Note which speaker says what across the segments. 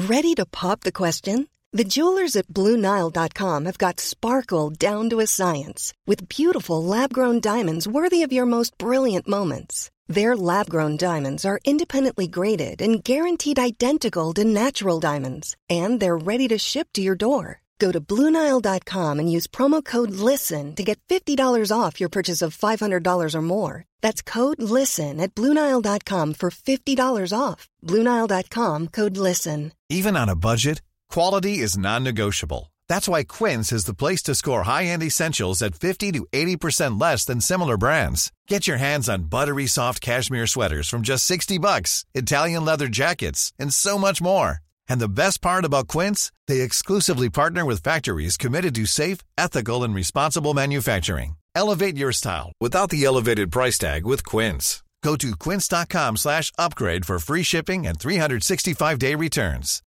Speaker 1: Ready to pop the question? The jewelers at BlueNile.com have got sparkle down to a science with beautiful lab-grown diamonds worthy of your most brilliant moments. Their lab-grown diamonds are independently graded and guaranteed identical to natural diamonds, and they're ready to ship to your door. Go to BlueNile.com and use promo code LISTEN to get $50 off your purchase of $500 or more. That's code LISTEN at BlueNile.com for $50 off. BlueNile.com, code LISTEN.
Speaker 2: Even on a budget, quality is non-negotiable. That's why Quince is the place to score high-end essentials at 50 to 80% less than similar brands. Get your hands on buttery soft cashmere sweaters from just $60, Italian leather jackets, and so much more. And the best part about Quince, they exclusively partner with factories committed to safe, ethical, and responsible manufacturing. Elevate your style without the elevated price tag with Quince. Go to quince.com/upgrade for free shipping and 365-day returns.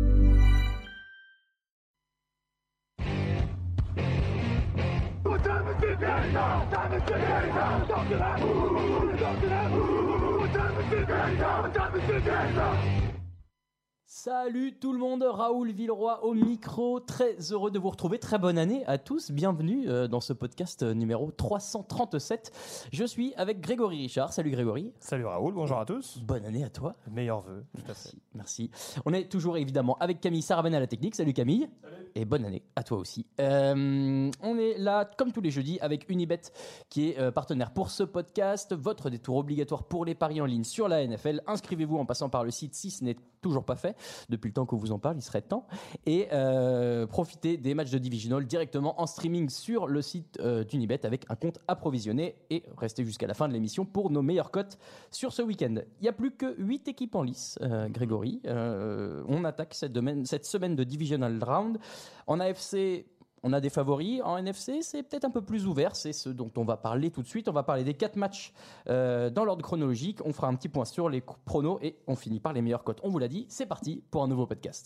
Speaker 3: Salut tout le monde, Raoul Villeroy au micro, très heureux de vous retrouver, très bonne année à tous, bienvenue dans ce podcast numéro 337. Je suis avec Grégory Richard, salut Grégory.
Speaker 4: Salut Raoul, bonjour à tous.
Speaker 3: Bonne année à toi.
Speaker 4: Meilleurs vœux, tout à fait.
Speaker 3: Merci. On est toujours évidemment avec Camille Sarabène à la technique, salut Camille.
Speaker 5: Salut.
Speaker 3: Et bonne année à toi aussi. On est là comme tous les jeudis avec Unibet qui est partenaire pour ce podcast, votre détour obligatoire pour les paris en ligne sur la NFL. Inscrivez-vous en passant par le site si ce n'est toujours pas fait. Depuis le temps qu'on vous en parle, il serait temps. Et profitez des matchs de Divisional directement en streaming sur le site d'Unibet avec un compte approvisionné. Et restez jusqu'à la fin de l'émission pour nos meilleures cotes sur ce week-end. Il n'y a plus que 8 équipes en lice, Grégory. On attaque cette semaine de Divisional Round. En AFC, on a des favoris. En NFC, c'est peut-être un peu plus ouvert. C'est ce dont on va parler tout de suite. On va parler des 4 matchs dans l'ordre chronologique. On fera un petit point sur les pronos et on finit par les meilleures cotes. On vous l'a dit, c'est parti pour un nouveau podcast.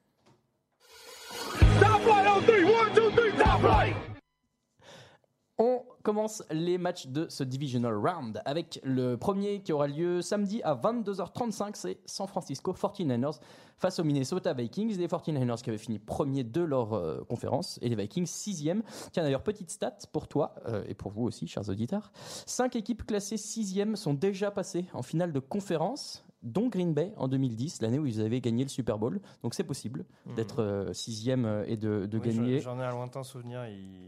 Speaker 3: On commence les matchs de ce Divisional Round avec le premier qui aura lieu samedi à 22h35. C'est San Francisco 49ers face aux Minnesota Vikings. Les 49ers qui avaient fini premier de leur conférence et les Vikings 6e. Tiens d'ailleurs, petite stat pour toi et pour vous aussi, chers auditeurs. 5 équipes classées 6e sont déjà passées en finale de conférence, dont Green Bay en 2010, l'année où ils avaient gagné le Super Bowl. Donc c'est possible d'être 6e et de gagner.
Speaker 4: J'en ai un lointain souvenir,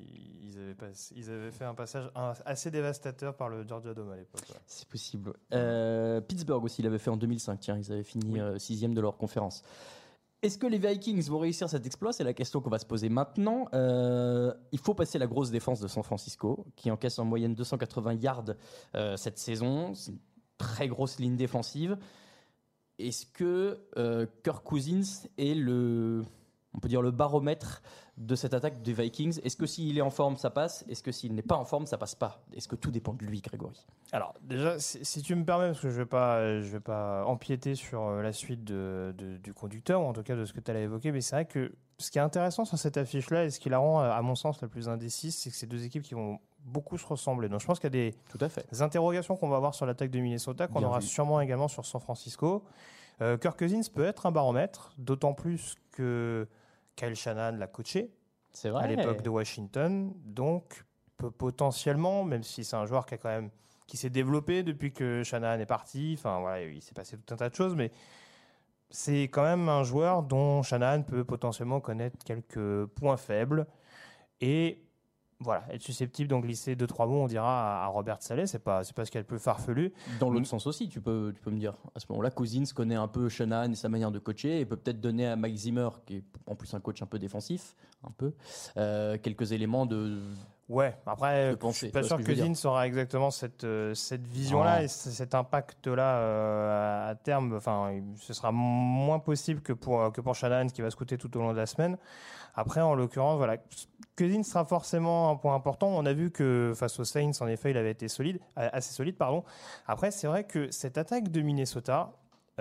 Speaker 4: ils avaient fait un passage assez dévastateur par le Georgia Dome à l'époque. Ouais.
Speaker 3: C'est possible. Pittsburgh aussi l'avait fait en 2005, tiens, ils avaient fini 6e de leur conférence. Est-ce que les Vikings vont réussir cet exploit ? C'est la question qu'on va se poser maintenant. Il faut passer la grosse défense de San Francisco, qui encaisse en moyenne 280 yards cette saison. C'est une très grosse ligne défensive. Est-ce que Kirk Cousins est on peut dire le baromètre de cette attaque des Vikings ? Est-ce que s'il est en forme, ça passe ? Est-ce que s'il n'est pas en forme, ça passe pas ? Est-ce que tout dépend de lui, Grégory ?
Speaker 4: Alors déjà, si tu me permets, parce que je vais pas empiéter sur la suite du conducteur, ou en tout cas de ce que tu allais évoquer, mais c'est vrai que ce qui est intéressant sur cette affiche-là, et ce qui la rend, à mon sens, la plus indécise, c'est que c'est deux équipes qui vont beaucoup se ressembler. Donc je pense qu'il y a des interrogations qu'on va avoir sur l'attaque de Minnesota, qu'on aura sûrement également sur San Francisco. Kirk Cousins peut être un baromètre, d'autant plus que Kyle Shanahan l'a coaché à l'époque de Washington, donc peut potentiellement, même si c'est un joueur qui s'est développé depuis que Shanahan est parti, enfin voilà, il s'est passé tout un tas de choses, mais c'est quand même un joueur dont Shanahan peut potentiellement connaître quelques points faibles et voilà, être susceptible d'en glisser 2-3 mots, on dira, à Robert Saleh, c'est pas ce qu'il y a de plus farfelu.
Speaker 3: Dans l'autre sens aussi, tu peux me dire. À ce moment-là, Cousins connaît un peu Shanahan et sa manière de coacher et peut peut-être donner à Mike Zimmer, qui est en plus un coach un peu défensif, quelques éléments de...
Speaker 4: Ouais, après, je suis pas sûr que Cousins aura exactement cette vision-là et cet impact-là à terme. Enfin, ce sera moins possible que pour Shanahan qui va scouter tout au long de la semaine. Après, en l'occurrence, voilà, Cousins sera forcément un point important. On a vu que face aux Saints, en effet, il avait été assez solide. Après, c'est vrai que cette attaque de Minnesota,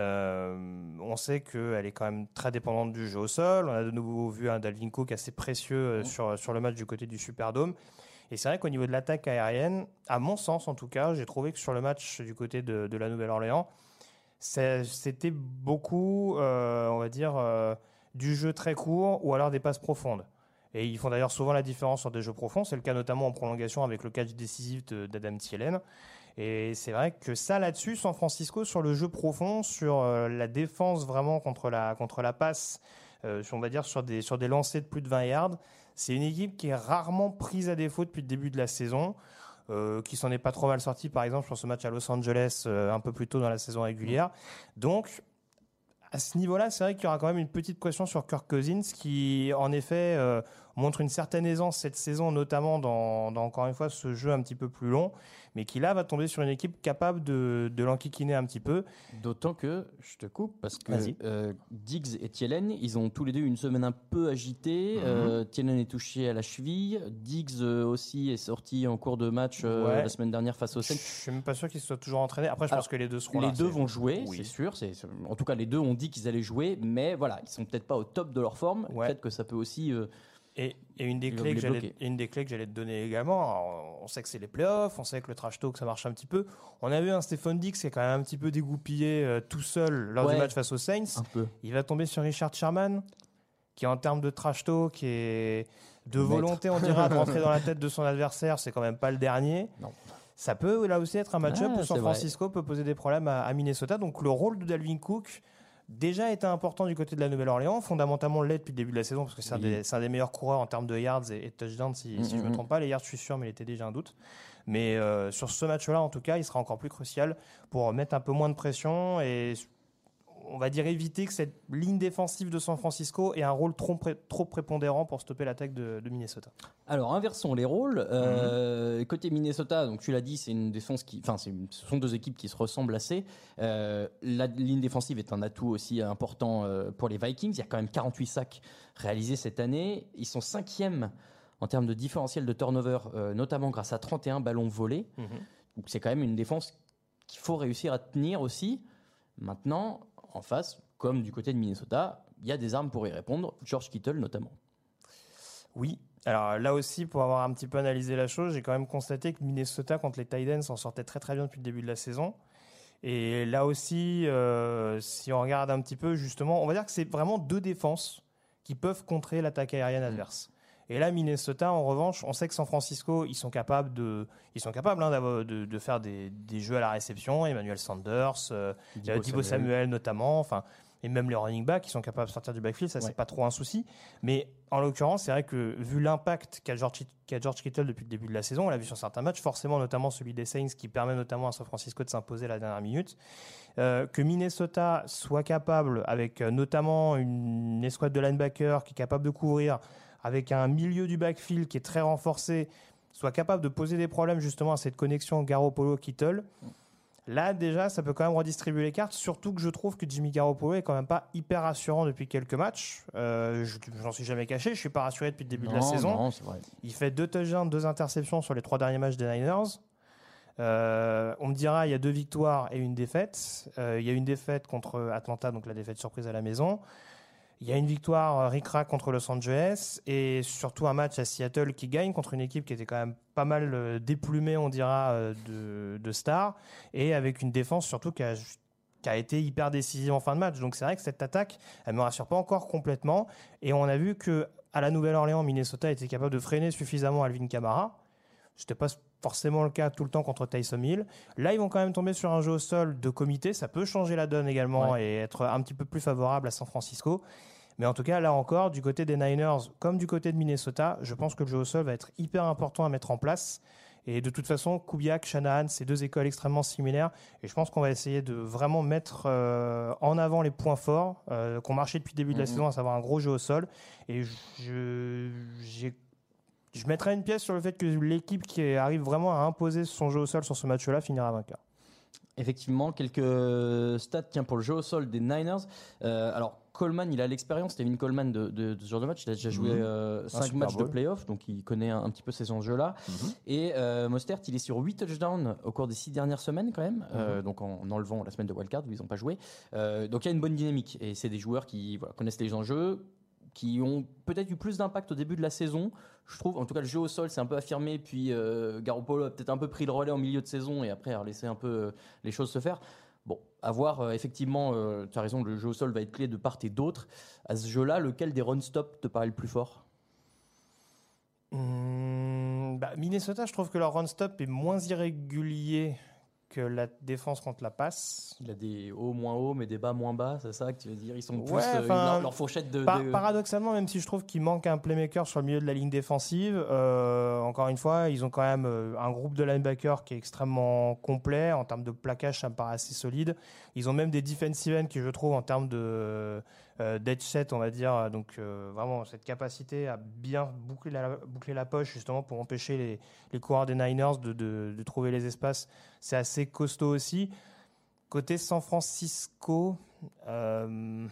Speaker 4: on sait qu'elle est quand même très dépendante du jeu au sol. On a de nouveau vu un Dalvin Cook assez précieux sur le match du côté du Superdome. Et c'est vrai qu'au niveau de l'attaque aérienne, à mon sens en tout cas, j'ai trouvé que sur le match du côté de la Nouvelle-Orléans, c'était beaucoup, on va dire, du jeu très court ou alors des passes profondes. Et ils font d'ailleurs souvent la différence sur des jeux profonds. C'est le cas notamment en prolongation avec le catch décisif d'Adam Thielen. Et c'est vrai que ça, là-dessus, San Francisco, sur le jeu profond, sur la défense vraiment contre la passe, on va dire sur des lancers de plus de 20 yards, c'est une équipe qui est rarement prise à défaut depuis le début de la saison, qui s'en est pas trop mal sortie, par exemple, sur ce match à Los Angeles, un peu plus tôt dans la saison régulière. Donc, à ce niveau-là, c'est vrai qu'il y aura quand même une petite pression sur Kirk Cousins qui, en effet, montre une certaine aisance cette saison, notamment dans encore une fois ce jeu un petit peu plus long, mais qui là va tomber sur une équipe capable de l'enquiquiner un petit peu.
Speaker 3: D'autant que, je te coupe, parce que Diggs et Thielen, ils ont tous les deux une semaine un peu agitée. Thielen est touché à la cheville. Diggs aussi est sorti en cours de match la semaine dernière face aux Saints.
Speaker 4: Je suis même pas sûr qu'ils soient toujours entraînés. Après, je pense que les deux seront là.
Speaker 3: Les deux vont jouer, c'est sûr. En tout cas, les deux ont dit qu'ils allaient jouer, mais voilà, ils sont peut-être pas au top de leur forme. Peut-être que ça peut aussi...
Speaker 4: Et une des clés que j'allais te donner également, alors, on sait que c'est les playoffs, on sait que le trash talk ça marche un petit peu. On a vu un Stephon Diggs qui est quand même un petit peu dégoupillé tout seul lors du match face aux Saints. Il va tomber sur Richard Sherman, qui en termes de trash talk et de volonté, on dira, de rentrer dans la tête de son adversaire, c'est quand même pas le dernier.
Speaker 3: Non.
Speaker 4: Ça peut là aussi être un match-up où San Francisco peut poser des problèmes à Minnesota. Donc le rôle de Dalvin Cook déjà était important du côté de la Nouvelle-Orléans, fondamentalement l'est depuis le début de la saison, parce que c'est un des meilleurs coureurs en termes de yards et de touchdowns, si je ne me trompe pas. Les yards, je suis sûr, mais il était déjà un doute. Mais sur ce match-là, en tout cas, il sera encore plus crucial pour mettre un peu moins de pression et, on va dire, éviter que cette ligne défensive de San Francisco ait un rôle trop prépondérant pour stopper l'attaque de Minnesota.
Speaker 3: Alors, inversons les rôles. Côté Minnesota, donc tu l'as dit, c'est une défense ce sont deux équipes qui se ressemblent assez. La ligne défensive est un atout aussi important pour les Vikings. Il y a quand même 48 sacs réalisés cette année. Ils sont 5e en termes de différentiel de turnover, notamment grâce à 31 ballons volés. Donc, c'est quand même une défense qu'il faut réussir à tenir aussi. Maintenant, en face, comme du côté de Minnesota, il y a des armes pour y répondre. George Kittle notamment.
Speaker 4: Oui. Alors là aussi, pour avoir un petit peu analysé la chose, j'ai quand même constaté que Minnesota contre les Titans s'en sortait très très bien depuis le début de la saison. Et là aussi, si on regarde un petit peu, justement, on va dire que c'est vraiment deux défenses qui peuvent contrer l'attaque aérienne adverse. Et là, Minnesota, en revanche, on sait que San Francisco, ils sont capables de faire des jeux à la réception. Emmanuel Sanders, Deebo Samuel notamment, et même les running backs, ils sont capables de sortir du backfield. Ça, c'est pas trop un souci. Mais en l'occurrence, c'est vrai que vu l'impact qu'a George Kittle depuis le début de la saison, on l'a vu sur certains matchs, forcément, notamment celui des Saints, qui permet notamment à San Francisco de s'imposer à la dernière minute. Que Minnesota soit capable, avec notamment une escouade de linebackers qui est capable de couvrir, avec un milieu du backfield qui est très renforcé, soit capable de poser des problèmes justement à cette connexion Garoppolo-Kittle. Là, déjà, ça peut quand même redistribuer les cartes, surtout que je trouve que Jimmy Garoppolo est quand même pas hyper rassurant depuis quelques matchs. J'en suis jamais caché, je suis pas rassuré depuis le début de la saison.
Speaker 3: Non, c'est vrai.
Speaker 4: Il fait 2 touchdowns, 2 interceptions sur les 3 derniers matchs des Niners. On me dira, il y a 2 victoires et une défaite. Il y a une défaite contre Atlanta, donc la défaite surprise à la maison. Il y a une victoire ric-rac contre Los Angeles et surtout un match à Seattle qui gagne contre une équipe qui était quand même pas mal déplumée, on dira, de stars, et avec une défense surtout qui a été hyper décisive en fin de match. Donc c'est vrai que cette attaque, elle me rassure pas encore complètement. Et on a vu que à la Nouvelle-Orléans, Minnesota était capable de freiner suffisamment Alvin Kamara. C'était pas forcément le cas tout le temps contre Taysom Hill. Là, ils vont quand même tomber sur un jeu au sol de comité. Ça peut changer la donne également et être un petit peu plus favorable à San Francisco. Mais en tout cas, là encore, du côté des Niners comme du côté de Minnesota, je pense que le jeu au sol va être hyper important à mettre en place. Et de toute façon, Kubiak, Shanahan, c'est 2 écoles extrêmement similaires. Et je pense qu'on va essayer de vraiment mettre en avant les points forts qu'on marchait depuis le début de la saison, à savoir un gros jeu au sol. Et je mettrai une pièce sur le fait que l'équipe qui arrive vraiment à imposer son jeu au sol sur ce match-là finira vainqueur.
Speaker 3: Effectivement, quelques stats pour le jeu au sol des Niners. Alors, Coleman, il a l'expérience, Tevin Coleman, de ce genre de match. Il a déjà joué 5 matchs de playoff, donc il connaît un petit peu ces enjeux-là. Et Mostert, il est sur 8 touchdowns au cours des 6 dernières semaines quand même, donc en enlevant la semaine de wildcard où ils n'ont pas joué. Donc il y a une bonne dynamique et c'est des joueurs qui connaissent les enjeux, qui ont peut-être eu plus d'impact au début de la saison, je trouve. En tout cas, le jeu au sol s'est un peu affirmé, puis Garoppolo a peut-être un peu pris le relais en milieu de saison et après a laissé un peu les choses se faire. Bon, à voir, effectivement, tu as raison, le jeu au sol va être clé de part et d'autre. À ce jeu-là, lequel des run-stop te paraît le plus fort ?
Speaker 4: Minnesota, je trouve que leur run-stop est moins irrégulier que la défense contre la passe.
Speaker 3: Il a des hauts moins hauts, mais des bas moins bas, c'est ça que tu veux dire ? Ils sont plus leur fourchette de...
Speaker 4: Paradoxalement, même si je trouve qu'il manque un playmaker sur le milieu de la ligne défensive, encore une fois, ils ont quand même un groupe de linebackers qui est extrêmement complet. En termes de plaquage, ça me paraît assez solide. Ils ont même des defensive ends qui, je trouve, en termes de d'edge set, on va dire, donc vraiment cette capacité à bien boucler la poche justement pour empêcher les coureurs des Niners de trouver les espaces, c'est assez costaud aussi. Côté San Francisco, ça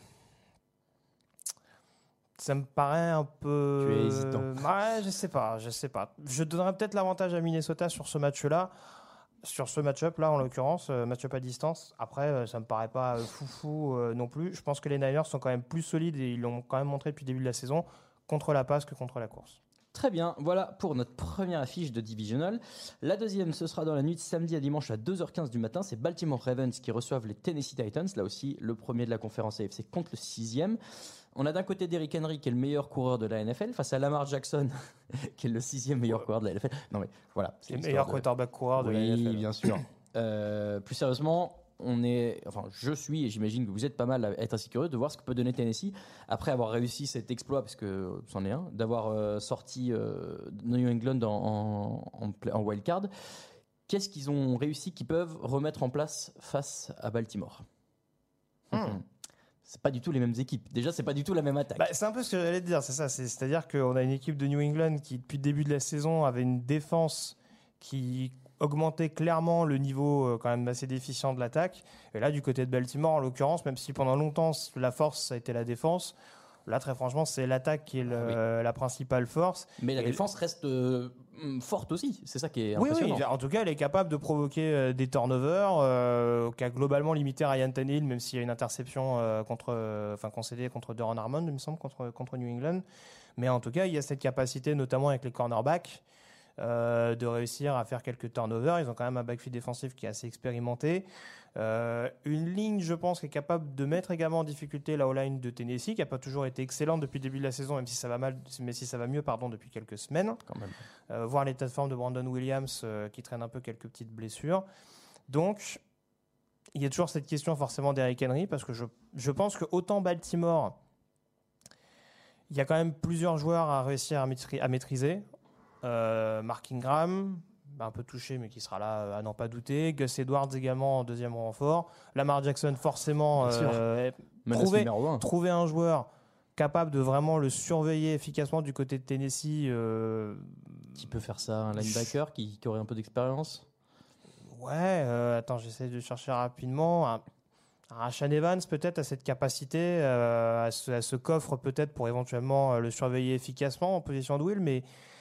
Speaker 4: me paraît un peu...
Speaker 3: Tu es hésitant.
Speaker 4: Ouais, je sais pas. Je donnerais peut-être l'avantage à Minnesota sur ce match-là. Sur ce match-up là en l'occurrence, match-up à distance. Après, ça me paraît pas foufou non plus. Je pense que les Niners sont quand même plus solides et ils l'ont quand même montré depuis le début de la saison contre la passe que contre la course.
Speaker 3: Très bien, voilà pour notre première affiche de Divisional. La deuxième, ce sera dans la nuit de samedi à dimanche à 2h15 du matin. C'est Baltimore Ravens qui reçoivent les Tennessee Titans. Là aussi, le premier de la conférence AFC contre le 6e. On a d'un côté Derrick Henry qui est le meilleur coureur de la NFL face à Lamar Jackson qui est le 6e meilleur coureur de la NFL. Non mais voilà.
Speaker 4: C'est le meilleur quarterback coureur de la NFL.
Speaker 3: Oui, bien sûr. Plus sérieusement, je suis et j'imagine que vous êtes pas mal à être assez curieux de voir ce que peut donner Tennessee après avoir réussi cet exploit, parce que c'en est un, d'avoir sorti New England en wildcard. Qu'est-ce qu'ils ont réussi qu'ils peuvent remettre en place face à Baltimore ? C'est pas du tout les mêmes équipes. Déjà, c'est pas du tout la même attaque.
Speaker 4: C'est un peu ce que j'allais te dire, c'est ça. C'est-à-dire qu'on a une équipe de New England qui, depuis le début de la saison, avait une défense qui augmentait clairement le niveau quand même assez déficient de l'attaque. Et là, du côté de Baltimore, en l'occurrence, même si pendant longtemps, la force, ça a été la défense, là, très franchement, c'est l'attaque qui est la principale force.
Speaker 3: Mais la défense reste forte aussi. C'est ça qui est impressionnant.
Speaker 4: Oui, en tout cas, elle est capable de provoquer des turnovers, qui a globalement limité Ryan Tannehill, même s'il y a une interception concédée contre Duron Harmon, il me semble, contre New England. Mais en tout cas, il y a cette capacité, notamment avec les cornerbacks, de réussir à faire quelques turnovers. Ils ont quand même un backfield défensif qui est assez expérimenté. Une ligne, je pense, qui est capable de mettre également en difficulté la O-line de Tennessee, qui n'a pas toujours été excellente depuis le début de la saison, même si ça va mieux depuis quelques semaines.
Speaker 3: Quand même.
Speaker 4: Voir l'état de forme de Brandon Williams qui traîne un peu quelques petites blessures. Donc, il y a toujours cette question forcément d'Eric Henry, parce que je pense que autant Baltimore, il y a quand même plusieurs joueurs à réussir à maîtriser. Mark Ingram, un peu touché, mais qui sera là à n'en pas douter. Gus Edwards également en deuxième renfort. Lamar Jackson, forcément, trouver un joueur capable de vraiment le surveiller efficacement du côté de Tennessee.
Speaker 3: Qui peut faire ça ? Un linebacker qui aurait un peu d'expérience ?
Speaker 4: Ouais, attends, j'essaie de chercher rapidement. Un Rashaan Evans peut-être a cette capacité, à ce coffre peut-être pour éventuellement le surveiller efficacement en position de will, mais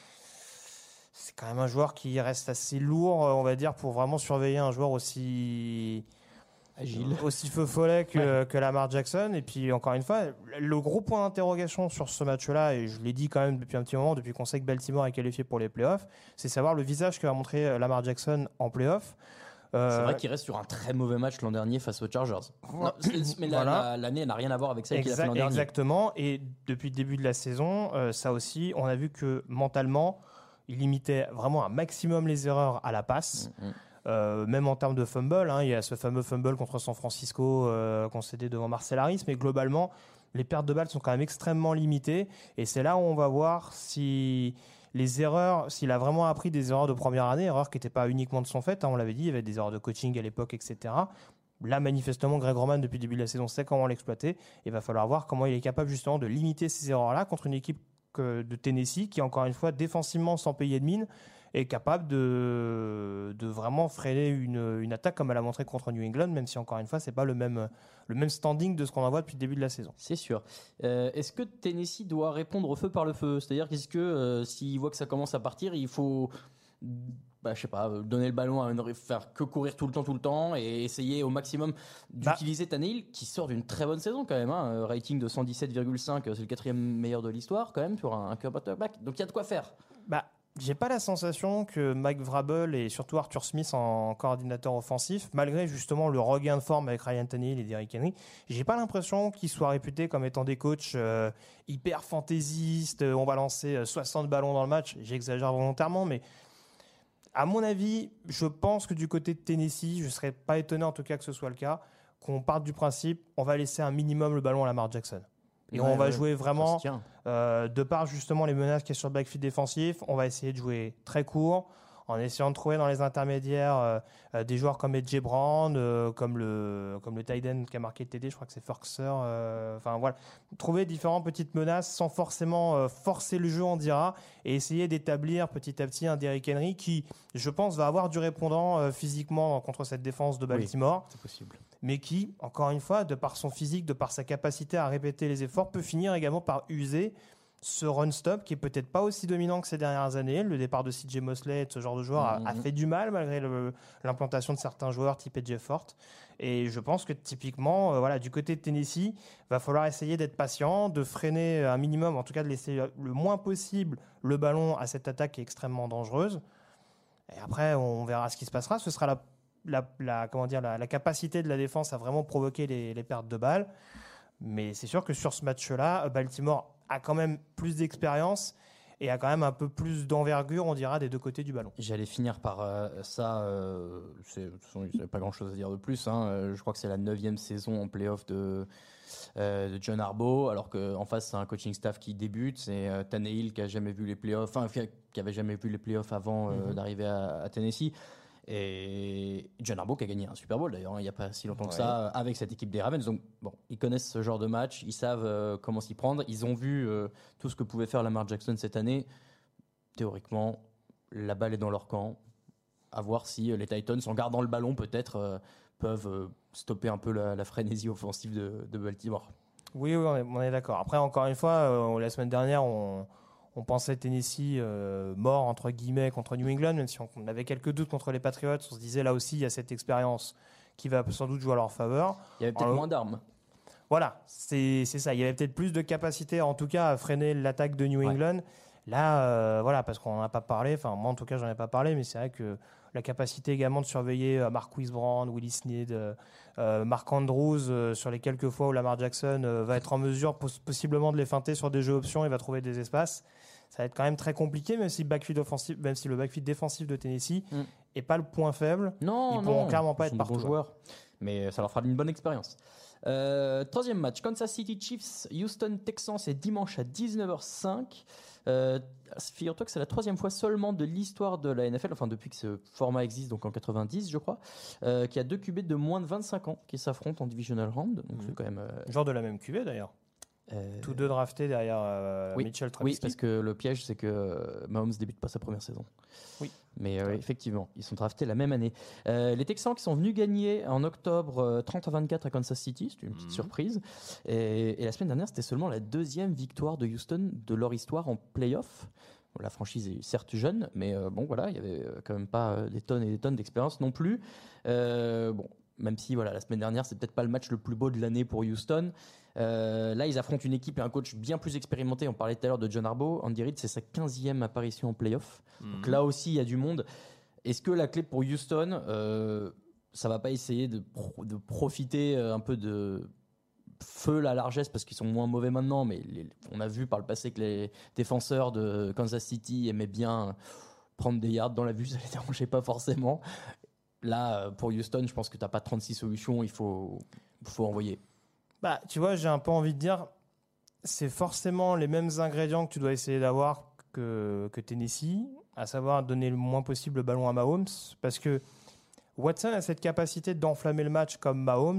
Speaker 4: c'est quand même un joueur qui reste assez lourd, on va dire, pour vraiment surveiller un joueur aussi
Speaker 3: agile,
Speaker 4: aussi feu follet que Lamar Jackson. Et puis encore une fois, le gros point d'interrogation sur ce match-là, et je l'ai dit quand même depuis un petit moment, depuis qu'on sait que Baltimore est qualifié pour les playoffs, c'est savoir le visage que va montrer Lamar Jackson en playoffs.
Speaker 3: C'est vrai qu'il reste sur un très mauvais match l'an dernier face aux Chargers. Non, mais l'année n'a rien à voir avec celle qu'il a fait l'an dernier.
Speaker 4: Exactement. Et depuis le début de la saison, ça aussi, on a vu que mentalement, il limitait vraiment un maximum les erreurs à la passe. Même en termes de fumble, il y a ce fameux fumble contre San Francisco concédé devant Marcel Harris, mais globalement, les pertes de balles sont quand même extrêmement limitées. Et c'est là où on va voir si les erreurs, s'il a vraiment appris des erreurs de première année, erreurs qui n'étaient pas uniquement de son fait, on l'avait dit, il y avait des erreurs de coaching à l'époque, etc. Là, manifestement, Greg Roman, depuis le début de la saison, sait comment l'exploiter. Il va falloir voir comment il est capable justement de limiter ces erreurs-là contre une équipe de Tennessee qui, encore une fois, défensivement, sans payer de mine, est capable de vraiment freiner une attaque comme elle a montré contre New England, même si, encore une fois, c'est pas le même standing de ce qu'on en voit depuis le début de la saison.
Speaker 3: C'est sûr. Est-ce que Tennessee doit répondre au feu par le feu ? C'est-à-dire qu'est-ce que s'il voit que ça commence à partir, il faut donner le ballon à faire que courir tout le temps et essayer au maximum d'utiliser Tannehill, qui sort d'une très bonne saison quand même, rating de 117,5, c'est le 4e meilleur de l'histoire quand même pour un quarterback, donc il y a de quoi faire.
Speaker 4: J'ai pas la sensation que Mike Vrabel et surtout Arthur Smith en coordinateur offensif, malgré justement le regain de forme avec Ryan Tannehill et Derrick Henry, j'ai pas l'impression qu'ils soient réputés comme étant des coachs hyper fantaisistes. On va lancer 60 ballons dans le match. J'exagère volontairement, mais à mon avis, je pense que du côté de Tennessee, je serais pas étonné en tout cas que ce soit le cas, qu'on parte du principe, on va laisser un minimum le ballon à Lamar Jackson. Et on va jouer vraiment, de par justement les menaces qu'il y a sur le backfield défensif, on va essayer de jouer très court, en essayant de trouver dans les intermédiaires des joueurs comme AJ Brown, comme le tight end qui a marqué le TD, je crois que c'est Forkser. Enfin voilà, trouver différentes petites menaces sans forcément forcer le jeu, on dira, et essayer d'établir petit à petit un Derrick Henry qui, je pense, va avoir du répondant physiquement contre cette défense de Baltimore.
Speaker 3: Oui, c'est possible.
Speaker 4: Mais qui, encore une fois, de par son physique, de par sa capacité à répéter les efforts, peut finir également par user ce run-stop qui est peut-être pas aussi dominant que ces dernières années. Le départ de CJ Mosley et de ce genre de joueur a fait du mal malgré l'implantation de certains joueurs type Jeff Forte. Et je pense que typiquement, du côté de Tennessee, va falloir essayer d'être patient, de freiner un minimum, en tout cas de laisser le moins possible le ballon à cette attaque qui est extrêmement dangereuse. Et après, on verra ce qui se passera. Ce sera la capacité de la défense à vraiment provoquer les pertes de balles. Mais c'est sûr que sur ce match-là, Baltimore a quand même plus d'expérience et a quand même un peu plus d'envergure, on dira, des deux côtés du ballon.
Speaker 3: J'allais finir par ça. De toute façon, il n'y a pas grand-chose à dire de plus. Je crois que c'est la 9e saison en play-off de John Harbaugh, alors qu'en face, c'est un coaching staff qui débute. C'est Tannehill qui a jamais vu les play-offs, qui avait jamais vu les play-offs avant d'arriver à Tennessee. Et John Harbaugh qui a gagné un Super Bowl d'ailleurs, il n'y a pas si longtemps que ça, avec cette équipe des Ravens. Donc bon, ils connaissent ce genre de match, ils savent comment s'y prendre. Ils ont vu tout ce que pouvait faire Lamar Jackson cette année. Théoriquement, la balle est dans leur camp. À voir si les Titans, en gardant le ballon, peut-être peuvent stopper un peu la frénésie offensive de Baltimore.
Speaker 4: Oui, on est d'accord. Après, encore une fois, la semaine dernière, on pensait Tennessee mort, entre guillemets, contre New England, même si on avait quelques doutes contre les Patriots. On se disait, là aussi, il y a cette expérience qui va sans doute jouer à leur faveur.
Speaker 3: Il y avait peut-être moins d'armes.
Speaker 4: Voilà, c'est ça. Il y avait peut-être plus de capacité, en tout cas, à freiner l'attaque de New England. Là, parce qu'on n'en a pas parlé. Enfin, moi, en tout cas, j'en ai pas parlé, mais c'est vrai que la capacité également de surveiller Marquise Brown, Willie Snead, Mark Andrews, sur les quelques fois où Lamar Jackson va être en mesure possiblement de les feinter sur des jeux options et va trouver des espaces. Ça va être quand même très compliqué, même si le backfield défensif de Tennessee n'est pas le point faible. Ils ne pourront clairement pas être partout.
Speaker 3: Joueurs, mais ça leur fera une bonne expérience. Troisième match, Kansas City Chiefs, Houston Texans, c'est dimanche à 19h05. Figure-toi que c'est la 3e fois seulement de l'histoire de la NFL, enfin depuis que ce format existe, donc en 90 je crois, qu'il y a 2 QB de moins de 25 ans qui s'affrontent en divisional round. Donc c'est quand même
Speaker 4: genre de la même QB d'ailleurs. Tous deux draftés derrière Mitchell Trubisky.
Speaker 3: Oui, parce que le piège, c'est que Mahomes débute pas sa première saison.
Speaker 4: Oui.
Speaker 3: Mais effectivement, ils sont draftés la même année. Les Texans qui sont venus gagner en octobre 30-24 à Kansas City, c'était une petite surprise. Et la semaine dernière, c'était seulement la 2e victoire de Houston de leur histoire en play-off. Bon, la franchise est certes jeune, mais il y avait quand même pas des tonnes et des tonnes d'expérience non plus. Même si la semaine dernière, c'est peut-être pas le match le plus beau de l'année pour Houston. Là, ils affrontent une équipe et un coach bien plus expérimenté. On parlait tout à l'heure de John Harbaugh. Andy Reid, c'est sa 15e apparition en play-off. Donc là aussi, il y a du monde. Est-ce que la clé pour Houston, ça va pas essayer de profiter un peu de feu la largesse parce qu'ils sont moins mauvais maintenant, mais on a vu par le passé que les défenseurs de Kansas City aimaient bien prendre des yards dans la vue, ça les dérangeait pas forcément. Là, pour Houston, je pense que t'as pas 36 solutions, il faut envoyer.
Speaker 4: Tu vois, j'ai un peu envie de dire, c'est forcément les mêmes ingrédients que tu dois essayer d'avoir que Tennessee, à savoir donner le moins possible le ballon à Mahomes, parce que Watson a cette capacité d'enflammer le match comme Mahomes.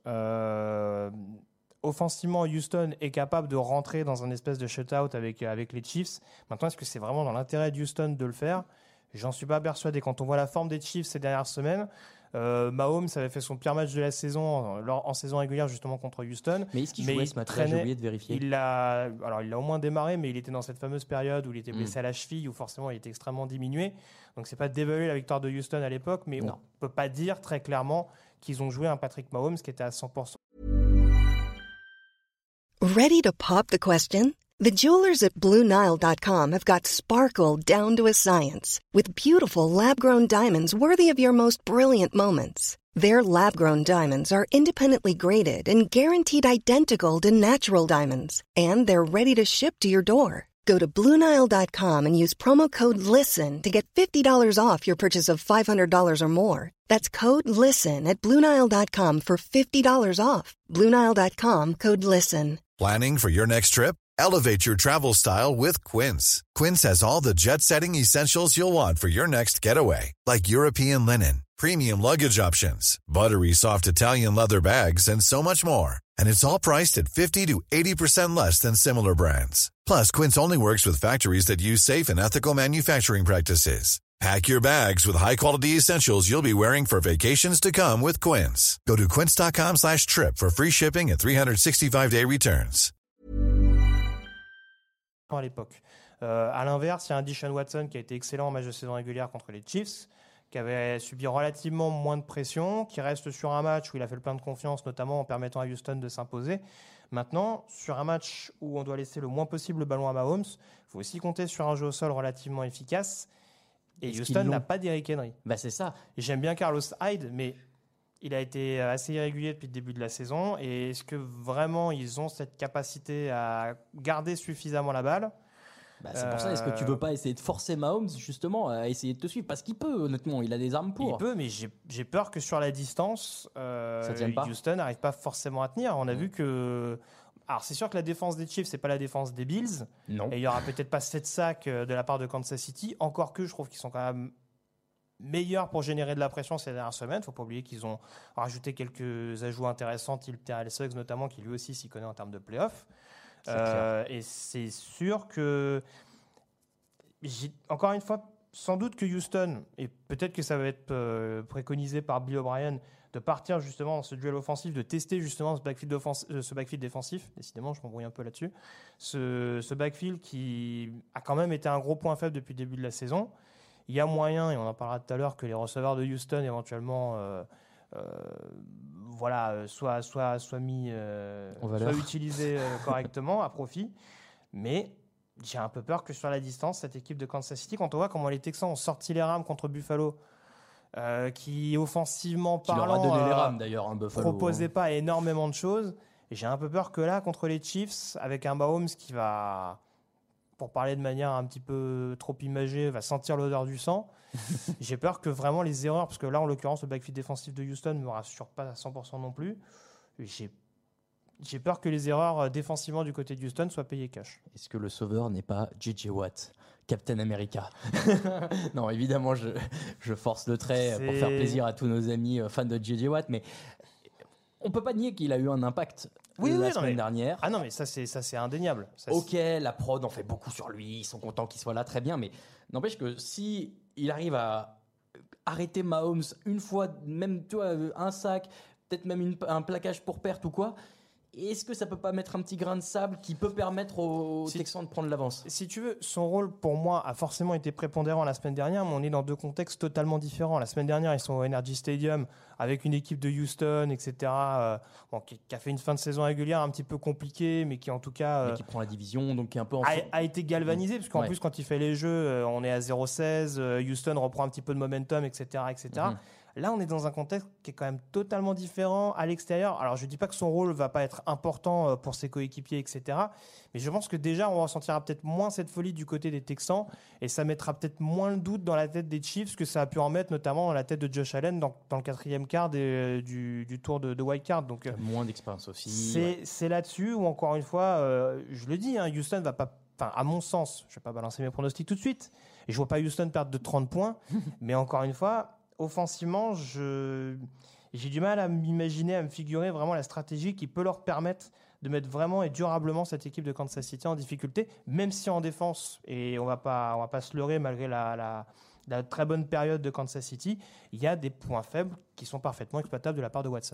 Speaker 4: Offensivement, Houston est capable de rentrer dans un espèce de shutout avec les Chiefs. Maintenant, est-ce que c'est vraiment dans l'intérêt de Houston de le faire ? J'en suis pas persuadé. Quand on voit la forme des Chiefs ces dernières semaines, Mahomes avait fait son pire match de la saison en saison régulière justement contre Houston.
Speaker 3: Mais est-ce qu'il jouait ce match-là ? J'ai oublié de vérifier.
Speaker 4: Il l'a au moins démarré, mais il était dans cette fameuse période où il était blessé à la cheville, où forcément il était extrêmement diminué. Donc c'est pas dévaluer la victoire de Houston à l'époque, mais on peut pas dire très clairement qu'ils ont joué un Patrick Mahomes qui était à 100%.
Speaker 1: Ready to pop the question? The jewelers at BlueNile.com have got sparkle down to a science with beautiful lab-grown diamonds worthy of your most brilliant moments. Their lab-grown diamonds are independently graded and guaranteed identical to natural diamonds, and they're ready to ship to your door. Go to BlueNile.com and use promo code LISTEN to get $50 off your purchase of $500 or more. That's code LISTEN at BlueNile.com for $50 off. BlueNile.com, code LISTEN.
Speaker 2: Planning for your next trip? Elevate your travel style with Quince. Quince has all the jet-setting essentials you'll want for your next getaway, like European linen, premium luggage options, buttery soft Italian leather bags, and so much more. And it's all priced at 50 to 80% less than similar brands. Plus, Quince only works with factories that use safe and ethical manufacturing practices. Pack your bags with high-quality essentials you'll be wearing for vacations to come with Quince. Go to quince.com/trip for free shipping and 365-day returns.
Speaker 4: À l'époque. À l'inverse, il y a un Deshaun Watson qui a été excellent en match de saison régulière contre les Chiefs, qui avait subi relativement moins de pression, qui reste sur un match où il a fait le plein de confiance, notamment en permettant à Houston de s'imposer. Maintenant, sur un match où on doit laisser le moins possible le ballon à Mahomes, il faut aussi compter sur un jeu au sol relativement efficace. Et Houston n'a pas d'Eric Henry.
Speaker 3: Bah c'est ça.
Speaker 4: Et j'aime bien Carlos Hyde, mais il a été assez irrégulier depuis le début de la saison. Et est-ce que vraiment ils ont cette capacité à garder suffisamment la balle ?
Speaker 3: C'est pour ça, est-ce que tu veux pas essayer de forcer Mahomes justement à essayer de te suivre ? Parce qu'il peut, honnêtement, il a des armes pour.
Speaker 4: Il peut, mais j'ai peur que sur la distance, Houston n'arrive pas forcément à tenir. On a vu que... Alors c'est sûr que la défense des Chiefs, c'est pas la défense des Bills.
Speaker 3: Non.
Speaker 4: Et il y aura peut-être pas 7 sacs de la part de Kansas City. Encore que je trouve qu'ils sont quand même meilleurs pour générer de la pression ces dernières semaines. Faut pas oublier qu'ils ont rajouté quelques ajouts intéressants, type Terrell Suggs notamment, qui lui aussi s'y connaît en termes de playoff. Et c'est sûr que encore une fois, sans doute que Houston, et peut-être que ça va être préconisé par Bill O'Brien, de partir justement dans ce duel offensif, de tester justement ce backfield défensif. Décidément, je m'embrouille un peu là-dessus. Ce backfield qui a quand même été un gros point faible depuis le début de la saison. Il y a moyen, et on en parlera tout à l'heure, que les receveurs de Houston éventuellement soient utilisés correctement, à profit. Mais j'ai un peu peur que sur la distance, cette équipe de Kansas City, quand on voit comment les Texans ont sorti les Rams contre Buffalo, qui offensivement parlant
Speaker 3: leur a donné les Rams d'ailleurs, Buffalo,
Speaker 4: proposait pas énormément de choses, et j'ai un peu peur que là, contre les Chiefs, avec un Mahomes qui va, pour parler de manière un petit peu trop imagée, va sentir l'odeur du sang. J'ai peur que vraiment les erreurs, parce que là en l'occurrence le backfield défensif de Houston ne me rassure pas à 100% non plus, j'ai peur que les erreurs défensivement du côté de Houston soient payées cash.
Speaker 3: Est-ce que le sauveur n'est pas J.J. Watt, Captain America? Non, évidemment, je force le trait pour faire plaisir à tous nos amis fans de J.J. Watt, mais on peut pas nier qu'il a eu un impact la semaine dernière.
Speaker 4: Ah non, mais ça c'est indéniable.
Speaker 3: La prod en fait beaucoup sur lui, ils sont contents qu'il soit là, très bien, mais n'empêche que si il arrive à arrêter Mahomes une fois, même un sac, peut-être même un plaquage pour perte ou quoi, est-ce que ça peut pas mettre un petit grain de sable qui peut permettre aux Texans de prendre l'avance ?
Speaker 4: Si tu veux, son rôle pour moi a forcément été prépondérant la semaine dernière, mais on est dans deux contextes totalement différents. La semaine dernière, ils sont au NRG Stadium avec une équipe de Houston, etc., qui a fait une fin de saison régulière un petit peu compliquée, mais qui en tout cas...
Speaker 3: mais qui prend la division, donc qui est un peu
Speaker 4: a été galvanisé, parce qu'en plus, quand il fait les jeux, on est à 0-16, Houston reprend un petit peu de momentum, etc., etc. Là, on est dans un contexte qui est quand même totalement différent à l'extérieur. Alors, je ne dis pas que son rôle ne va pas être important pour ses coéquipiers, etc. Mais je pense que déjà, on ressentira peut-être moins cette folie du côté des Texans et ça mettra peut-être moins le doute dans la tête des Chiefs que ça a pu en mettre notamment dans la tête de Josh Allen dans le quatrième quart du tour de wild card. Donc,
Speaker 3: moins d'expérience aussi.
Speaker 4: C'est là-dessus où, encore une fois, je le dis, Houston ne va pas... Enfin, à mon sens, je ne vais pas balancer mes pronostics tout de suite. Et je ne vois pas Houston perdre de 30 points. Mais encore une fois... Offensivement, j'ai du mal à m'imaginer, à me figurer vraiment la stratégie qui peut leur permettre de mettre vraiment et durablement cette équipe de Kansas City en difficulté, même si en défense, et on va pas se leurrer malgré la très bonne période de Kansas City, il y a des points faibles qui sont parfaitement exploitables de la part de Watson.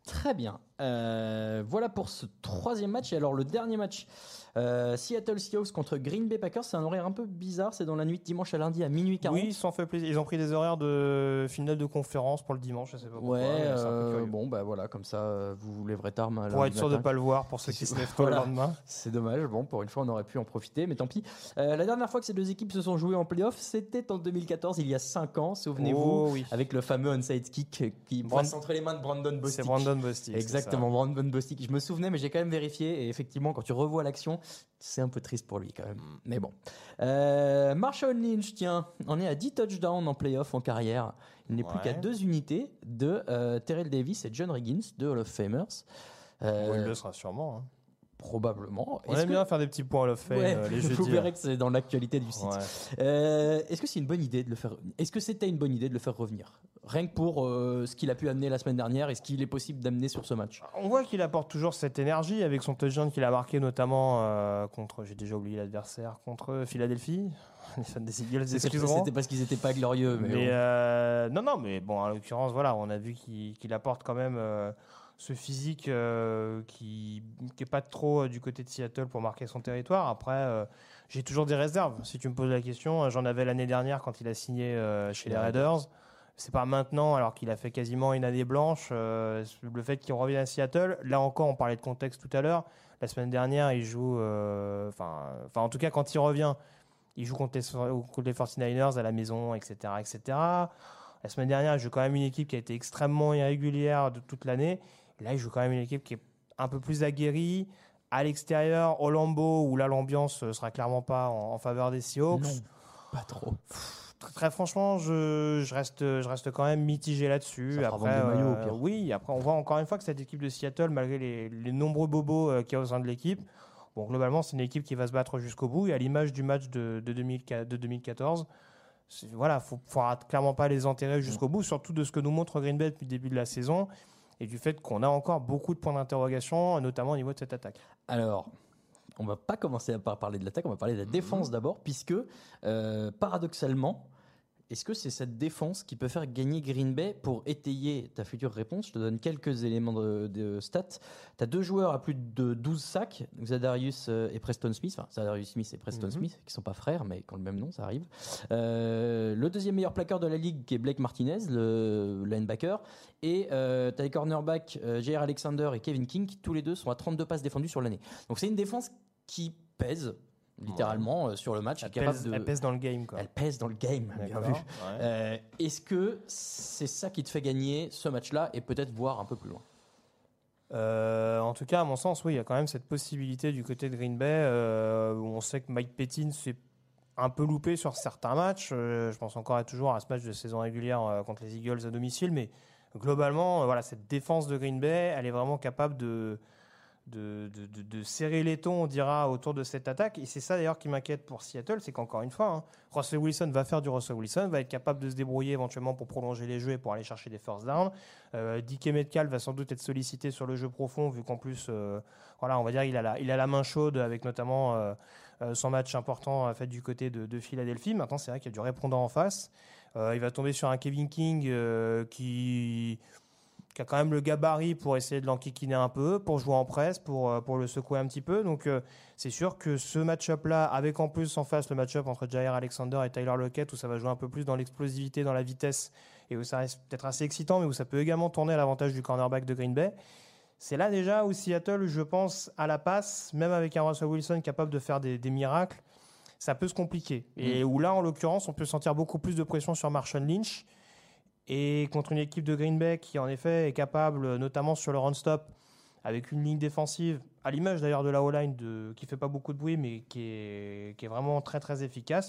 Speaker 3: Très bien. Voilà pour ce troisième match. Et alors le dernier match, Seattle Seahawks contre Green Bay Packers, c'est un horaire un peu bizarre. C'est dans la nuit de dimanche à lundi à minuit 40.
Speaker 4: Oui, ils s'en fait plaisir. Ils ont pris des horaires de finale de conférence pour le dimanche, je sais pas pourquoi.
Speaker 3: Ouais,
Speaker 4: mais c'est un peu curieux.
Speaker 3: bon, bah voilà, comme ça, vous vous lèverez tard.
Speaker 4: Pour être sûr de ne pas le voir, pour ceux qui se lèvent tôt le lendemain.
Speaker 3: C'est dommage. Bon, pour une fois, on aurait pu en profiter, mais tant pis. La dernière fois que ces deux équipes se sont jouées en playoff, c'était en 2014, il y a 5 ans, souvenez-vous,
Speaker 4: oui.
Speaker 3: avec le fameux onside kick qui passe entre les mains de Brandon Bostic.
Speaker 4: C'est Brandon Bostic.
Speaker 3: Exactement, Brandon Bostic. Je me souvenais, mais j'ai quand même vérifié. Et effectivement, quand tu revois l'action, c'est un peu triste pour lui quand même. Mais bon. Marshawn Lynch, tiens, on est à 10 touchdowns en playoff en carrière. Il n'est plus qu'à 2 unités de Terrell Davis et John Riggins, deux Hall of Famers.
Speaker 4: Il le sera sûrement.
Speaker 3: Probablement.
Speaker 4: On aime bien faire des petits points Hall of Fame les jeudis.
Speaker 3: Vous verrez que c'est dans l'actualité du site. Est-ce que c'est une bonne idée de le faire? Est-ce que c'était une bonne idée de le faire revenir? Rien que pour ce qu'il a pu amener la semaine dernière et ce qu'il est possible d'amener sur ce match.
Speaker 4: On voit qu'il apporte toujours cette énergie avec son touchdown qu'il a marqué notamment contre, j'ai déjà oublié l'adversaire, contre Philadelphie. Les fans des Eagles s'excuseront.
Speaker 3: C'était parce qu'ils n'étaient pas glorieux. Mais
Speaker 4: non, mais bon, en l'occurrence, voilà, on a vu qu'il apporte quand même ce physique qui n'est pas trop du côté de Seattle pour marquer son territoire. Après, j'ai toujours des réserves. Si tu me poses la question, j'en avais l'année dernière quand il a signé chez les Raiders. C'est pas maintenant, alors qu'il a fait quasiment une année blanche. Le fait qu'il revienne à Seattle, là encore, on parlait de contexte tout à l'heure. La semaine dernière, il joue... en tout cas, quand il revient, il joue contre les 49ers à la maison, etc., etc. La semaine dernière, il joue quand même une équipe qui a été extrêmement irrégulière de toute l'année. Là, il joue quand même une équipe qui est un peu plus aguerrie. À l'extérieur, au Lambeau, où là, l'ambiance ne sera clairement pas en faveur des Seahawks.
Speaker 3: Non, pas trop.
Speaker 4: Très franchement, je reste quand même mitigé là-dessus.
Speaker 3: Ça après, des maillots, au pire.
Speaker 4: Oui, après, on voit encore une fois que cette équipe de Seattle, malgré les nombreux bobos qu'il y a au sein de l'équipe, bon, globalement, c'est une équipe qui va se battre jusqu'au bout. Et à l'image du match de 2014, voilà, faudra clairement pas les enterrer jusqu'au bout, surtout de ce que nous montre Green Bay depuis le début de la saison et du fait qu'on a encore beaucoup de points d'interrogation, notamment au niveau de cette attaque.
Speaker 3: Alors, on va pas commencer par parler de l'attaque, on va parler de la défense d'abord, puisque paradoxalement, est-ce que c'est cette défense qui peut faire gagner Green Bay? Pour étayer ta future réponse, je te donne quelques éléments de stats. Tu as deux joueurs à plus de 12 sacs, Zadarius et Preston Smith. Enfin, Zadarius Smith et Preston Smith, qui ne sont pas frères, mais qui ont le même nom, ça arrive. Le deuxième meilleur plaqueur de la ligue, qui est Blake Martinez, le linebacker. Et tu as les cornerbacks J.R. Alexander et Kevin King, qui tous les deux sont à 32 passes défendues sur l'année. Donc c'est une défense qui pèse littéralement sur le match.
Speaker 4: Elle pèse dans le game, quoi.
Speaker 3: Elle pèse dans le game, bien vu. Ouais. Est-ce que c'est ça qui te fait gagner ce match-là et peut-être voir un peu plus loin?
Speaker 4: En tout cas, à mon sens, oui, il y a quand même cette possibilité du côté de Green Bay où on sait que Mike Pettine s'est un peu loupé sur certains matchs. Je pense encore toujours à ce match de saison régulière contre les Eagles à domicile, mais globalement, voilà, cette défense de Green Bay, elle est vraiment capable de serrer les tons, on dira, autour de cette attaque. Et c'est ça d'ailleurs qui m'inquiète pour Seattle, c'est qu'encore une fois, Russell Wilson va faire du Russell Wilson, va être capable de se débrouiller éventuellement pour prolonger les jeux et pour aller chercher des first downs. DK Metcalf va sans doute être sollicité sur le jeu profond, vu qu'en plus, voilà, on va dire il a la main chaude, avec notamment son match important fait du côté de Philadelphie. Maintenant, c'est vrai qu'il y a du répondant en face. Il va tomber sur un Kevin King qui a quand même le gabarit pour essayer de l'enquiquiner un peu, pour jouer en presse, pour le secouer un petit peu. Donc, c'est sûr que ce match-up-là, avec en plus en face le match-up entre Jair Alexander et Tyler Lockett, où ça va jouer un peu plus dans l'explosivité, dans la vitesse, et où ça reste peut-être assez excitant, mais où ça peut également tourner à l'avantage du cornerback de Green Bay. C'est là déjà où Seattle, je pense, à la passe, même avec un Russell Wilson capable de faire des miracles, ça peut se compliquer. Et où là, en l'occurrence, on peut sentir beaucoup plus de pression sur Marshawn Lynch. Et contre une équipe de Green Bay qui, en effet, est capable, notamment sur le run-stop, avec une ligne défensive, à l'image d'ailleurs de la O-line, qui ne fait pas beaucoup de bruit, mais qui est vraiment très, très efficace.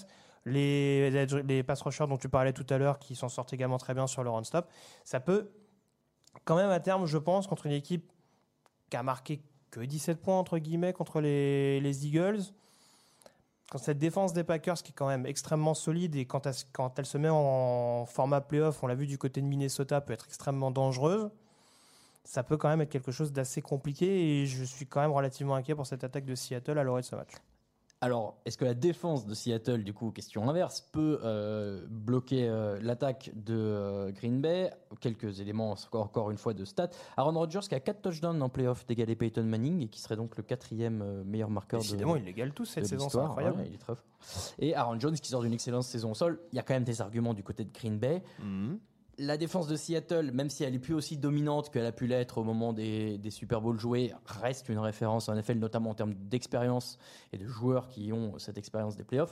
Speaker 4: Les pass rushers dont tu parlais tout à l'heure, qui s'en sortent également très bien sur le run-stop, ça peut, quand même, à terme, je pense, contre une équipe qui a marqué que 17 points, entre guillemets, contre les Eagles, quand cette défense des Packers qui est quand même extrêmement solide et quand elle se met en format playoff, on l'a vu du côté de Minnesota, peut être extrêmement dangereuse, ça peut quand même être quelque chose d'assez compliqué et je suis quand même relativement inquiet pour cette attaque de Seattle à l'orée de ce match.
Speaker 3: Alors, est-ce que la défense de Seattle, du coup, question inverse, peut bloquer l'attaque de Green Bay? Quelques éléments, encore une fois, de stats. Aaron Rodgers qui a 4 touchdowns en playoff d'égaler Peyton Manning et qui serait donc le 4e meilleur marqueur
Speaker 4: Décidément, il l'égale tous cette saison, c'est incroyable.
Speaker 3: Ouais, il est très fort. Et Aaron Jones qui sort d'une excellente saison au sol. Il y a quand même des arguments du côté de Green Bay. La défense de Seattle, même si elle est plus aussi dominante qu'elle a pu l'être au moment des Super Bowls joués, reste une référence en NFL, notamment en termes d'expérience et de joueurs qui ont cette expérience des playoffs.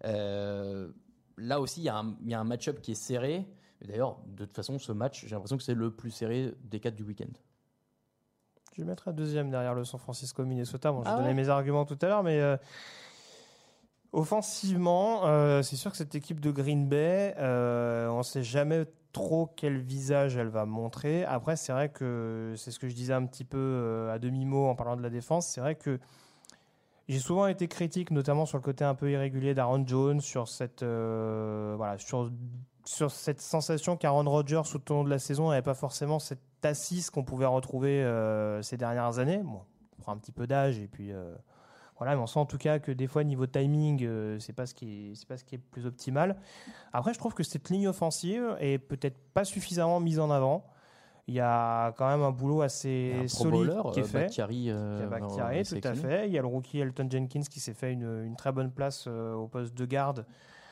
Speaker 3: Là aussi, il y a un match-up qui est serré. Et d'ailleurs, de toute façon, ce match, j'ai l'impression que c'est le plus serré des 4 du week-end.
Speaker 4: Je vais mettre un deuxième derrière le San Francisco Minnesota. Bon, j'ai donné mes arguments tout à l'heure, mais offensivement, c'est sûr que cette équipe de Green Bay, on ne sait jamais trop quel visage elle va montrer. Après, c'est vrai que c'est ce que je disais un petit peu à demi-mot en parlant de la défense. C'est vrai que j'ai souvent été critique, notamment sur le côté un peu irrégulier d'Aaron Jones, sur cette sur cette sensation qu'Aaron Rodgers, tout au long de la saison, n'avait pas forcément cette assise qu'on pouvait retrouver ces dernières années. Bon, on prend un petit peu d'âge et puis voilà, mais on sent en tout cas que des fois niveau timing, c'est pas ce qui est le plus optimal. Après, je trouve que cette ligne offensive est peut-être pas suffisamment mise en avant. Il y a quand même un boulot assez solide qui est fait.
Speaker 3: Bakhtiari,
Speaker 4: tout à fait. Il y a le rookie Elton Jenkins qui s'est fait une très bonne place au poste de garde,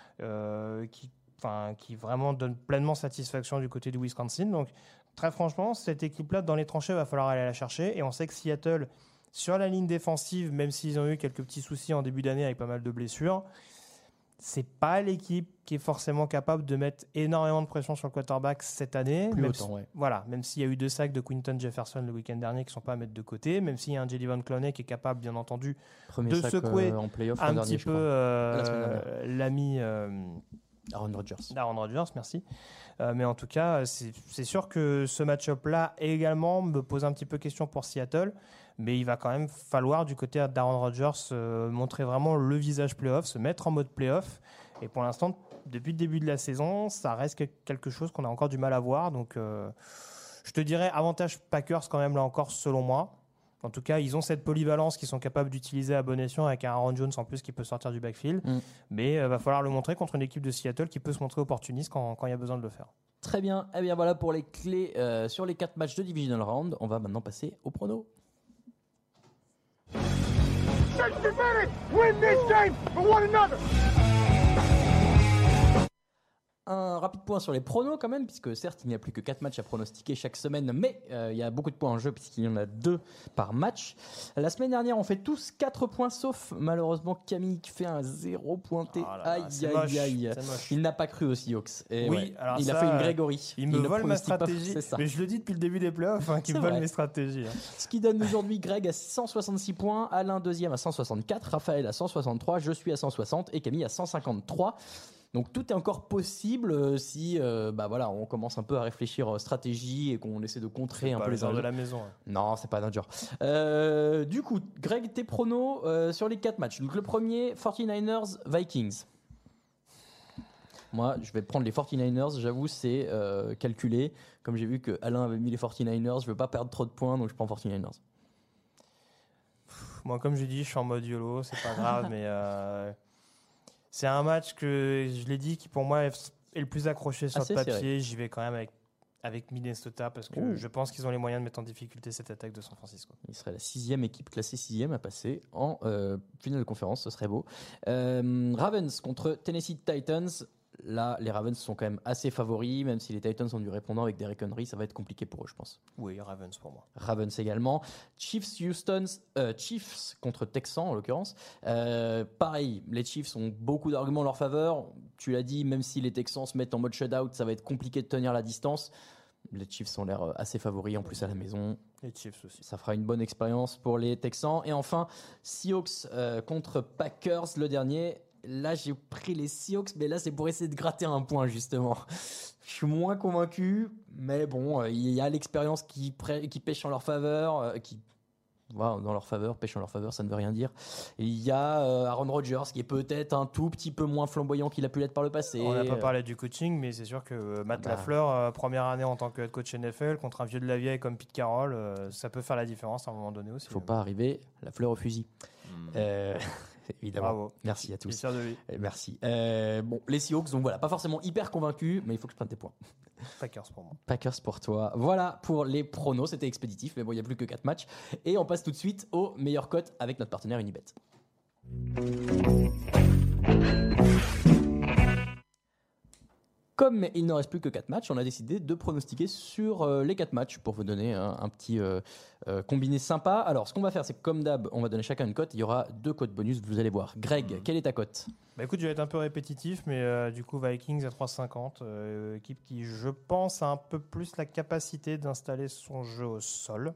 Speaker 4: qui vraiment donne pleinement satisfaction du côté du Wisconsin. Donc, très franchement, cette équipe-là, dans les tranchées, il va falloir aller la chercher. Et on sait que Seattle, sur la ligne défensive, même s'ils ont eu quelques petits soucis en début d'année avec pas mal de blessures, c'est pas l'équipe qui est forcément capable de mettre énormément de pression sur le quarterback cette année. Même s'il y a eu 2 sacs de Quinton Jefferson le week-end dernier qui ne sont pas à mettre de côté, même s'il y a un Jalen Clowney qui est capable, bien entendu, de secouer
Speaker 3: en playoff
Speaker 4: un petit peu l'ami
Speaker 3: Aaron Rodgers.
Speaker 4: Aaron Rodgers, merci. Mais en tout cas, c'est sûr que ce match-up-là également me pose un petit peu question pour Seattle. Mais il va quand même falloir, du côté d'Aaron Rodgers, montrer vraiment le visage playoff, se mettre en mode playoff. Et pour l'instant, depuis le début de la saison, ça reste quelque chose qu'on a encore du mal à voir. Donc, je te dirais avantage Packers quand même, là encore, selon moi. En tout cas, ils ont cette polyvalence qu'ils sont capables d'utiliser à bon escient avec un Aaron Jones en plus qui peut sortir du backfield. Mais il va falloir le montrer contre une équipe de Seattle qui peut se montrer opportuniste quand il y a besoin de le faire.
Speaker 3: Très bien. Eh bien, voilà pour les clés sur les 4 matchs de Divisional Round. On va maintenant passer au prono.
Speaker 5: 60 minutes! Win this game for one another!
Speaker 3: Un rapide point sur les pronos quand même, puisque certes il n'y a plus que 4 matchs à pronostiquer chaque semaine, mais il y a beaucoup de points en jeu puisqu'il y en a 2 par match. La semaine dernière on fait tous 4 points, sauf malheureusement Camille qui fait un 0 pointé. Aïe. Il n'a pas cru aux Seahawks. Alors il a fait une Grégory.
Speaker 4: Il me vole ma stratégie, mais je le dis depuis le début des playoffs, qu'il vole mes stratégies.
Speaker 3: Ce qui donne aujourd'hui Greg à 166 points, Alain deuxième à 164, Raphaël à 163, je suis à 160 et Camille à 153. Donc tout est encore possible si on commence un peu à réfléchir stratégie et qu'on essaie de contrer un peu les
Speaker 4: enjeux de la maison.
Speaker 3: Non, c'est pas notre genre. Du coup, Greg, tes pronos sur les 4 matchs. Donc le premier, 49ers Vikings. Moi, je vais prendre les 49ers, j'avoue, c'est calculé. Comme j'ai vu que Alain avait mis les 49ers, je veux pas perdre trop de points, donc je prends 49ers.
Speaker 4: Moi, comme j'ai dit, je suis en mode YOLO, c'est pas grave, mais c'est un match que, je l'ai dit, qui pour moi est le plus accroché sur le papier. Serré. J'y vais quand même avec Minnesota parce que je pense qu'ils ont les moyens de mettre en difficulté cette attaque de San Francisco.
Speaker 3: Il serait la 6e équipe classée 6e à passer en finale de conférence, ce serait beau. Ravens contre Tennessee Titans. Là, les Ravens sont quand même assez favoris, même si les Titans ont du répondant avec Derrick Henry, ça va être compliqué pour eux, je pense.
Speaker 4: Oui, Ravens pour moi.
Speaker 3: Ravens également. Chiefs contre Texans, en l'occurrence. Pareil, les Chiefs ont beaucoup d'arguments en leur faveur. Tu l'as dit, même si les Texans se mettent en mode shutout, ça va être compliqué de tenir la distance. Les Chiefs ont l'air assez favoris, en plus à la maison.
Speaker 4: Les Chiefs aussi.
Speaker 3: Ça fera une bonne expérience pour les Texans. Et enfin, Seahawks contre Packers, le dernier. Là, j'ai pris les Seahawks, mais là, c'est pour essayer de gratter un point, justement. Je suis moins convaincu, mais bon, il y a l'expérience qui pêche en leur faveur, dans leur faveur, pêche en leur faveur, ça ne veut rien dire. Et il y a Aaron Rodgers, qui est peut-être un tout petit peu moins flamboyant qu'il a pu l'être par le passé.
Speaker 4: On n'a pas parlé du coaching, mais c'est sûr que Matt Lafleur, première année en tant que head coach NFL, contre un vieux de la vieille comme Pete Carroll, ça peut faire la différence à un moment donné aussi.
Speaker 3: Il ne faut pas arriver la fleur au fusil. Évidemment.
Speaker 4: Bravo.
Speaker 3: Merci à tous.
Speaker 4: Fier de lui.
Speaker 3: Merci. Bon, les Seahawks, donc voilà, pas forcément hyper convaincus, mais il faut que je prenne tes points.
Speaker 4: Packers pour moi.
Speaker 3: Packers pour toi. Voilà pour les pronos, c'était expéditif, mais bon, il n'y a plus que 4 matchs. Et on passe tout de suite aux meilleures cotes avec notre partenaire Unibet. Comme il ne reste plus que 4 matchs, on a décidé de pronostiquer sur les 4 matchs pour vous donner un petit combiné sympa. Alors, ce qu'on va faire, c'est que comme d'hab, on va donner chacun une cote. Il y aura 2 cotes bonus, vous allez voir. Greg, quelle est ta cote ?
Speaker 4: Bah écoute, je vais être un peu répétitif, mais du coup, Vikings à 3,50. Équipe qui, je pense, a un peu plus la capacité d'installer son jeu au sol.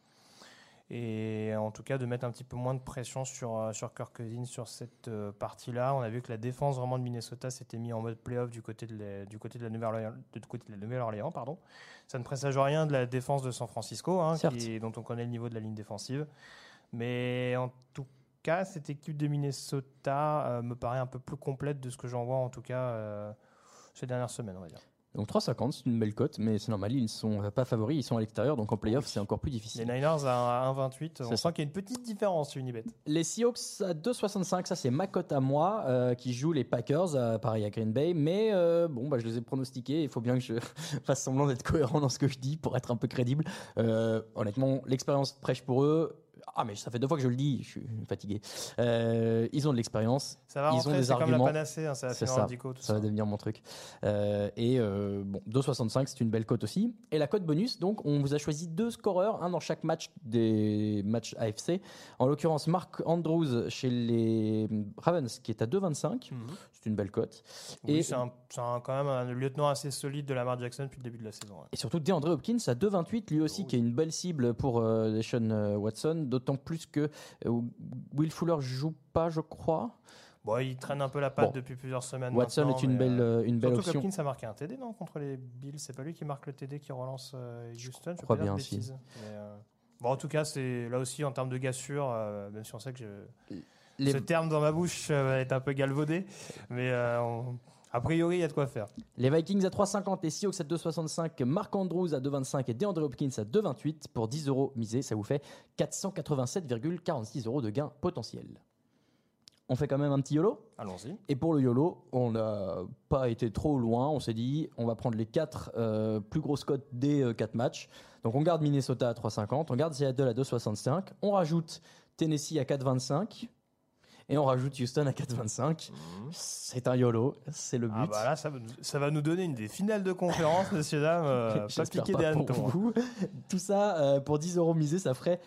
Speaker 4: Et en tout cas, de mettre un petit peu moins de pression sur Kirk Cousins sur cette partie-là. On a vu que la défense vraiment de Minnesota s'était mise en mode playoff du côté de la Nouvelle-Orléans. Pardon. Ça ne présage rien de la défense de San Francisco, dont on connaît le niveau de la ligne défensive. Mais en tout cas, cette équipe de Minnesota me paraît un peu plus complète de ce que j'en vois, en tout cas, ces dernières semaines, on va dire.
Speaker 3: Donc 3,50, c'est une belle cote, mais c'est normal, ils ne sont pas favoris, ils sont à l'extérieur, donc en playoff, c'est encore plus difficile.
Speaker 4: Les Niners à 1,28, on sent qu'il y a une petite différence sur Unibet.
Speaker 3: Les Seahawks à 2,65, ça c'est ma cote à moi, qui joue les Packers, pareil à Green Bay, mais je les ai pronostiqués, il faut bien que je fasse semblant d'être cohérent dans ce que je dis pour être un peu crédible. Honnêtement, l'expérience prêche pour eux. Ah, mais ça fait 2 fois que je le dis, je suis fatigué. Ils ont de l'expérience,
Speaker 4: ça va
Speaker 3: ils ont des
Speaker 4: c'est
Speaker 3: arguments.
Speaker 4: Comme la panacée, c'est assez radicaux.
Speaker 3: Ça va devenir mon truc. 2,65, c'est une belle cote aussi. Et la cote bonus, donc, on vous a choisi 2 scoreurs, un dans chaque match des matchs AFC. En l'occurrence, Mark Andrews chez les Ravens, qui est à 2,25. C'est une belle cote.
Speaker 4: Oui, c'est quand même un lieutenant assez solide de Lamar Jackson depuis le début de la saison. Ouais.
Speaker 3: Et surtout DeAndre Hopkins à 2,28, lui aussi, qui est une belle cible pour Deshaun Watson. D'autant plus que Will Fuller joue pas, je crois.
Speaker 4: Bon, il traîne un peu la patte depuis plusieurs semaines.
Speaker 3: Watson est une belle option.
Speaker 4: Surtout Hopkins a marqué un TD, non, contre les Bills. C'est pas lui qui marque le TD qui relance Houston.
Speaker 3: Je crois bien aussi.
Speaker 4: En tout cas, c'est là aussi en termes de gassure, même si on sait que ce terme dans ma bouche est un peu galvaudé, mais a priori, il y a de quoi faire.
Speaker 3: Les Vikings à 3,50, les Seahawks à 2,65, Mark Andrews à 2,25 et DeAndre Hopkins à 2,28. Pour 10 € misés, ça vous fait 487,46 € de gain potentiel. On fait quand même un petit YOLO ?
Speaker 4: Allons-y.
Speaker 3: Et pour le YOLO, on n'a pas été trop loin. On s'est dit, on va prendre les 4 plus grosses cotes des 4 matchs. Donc on garde Minnesota à 3,50, on garde Seattle à 2,65, on rajoute Tennessee à 4,25. Et on rajoute Houston à 4,25. C'est un YOLO, c'est le but.
Speaker 4: Ah bah là, ça va nous donner des finales de conférence, messieurs, dames. Pas piquer des hannetons.
Speaker 3: Tout ça, pour 10 € misés, ça ferait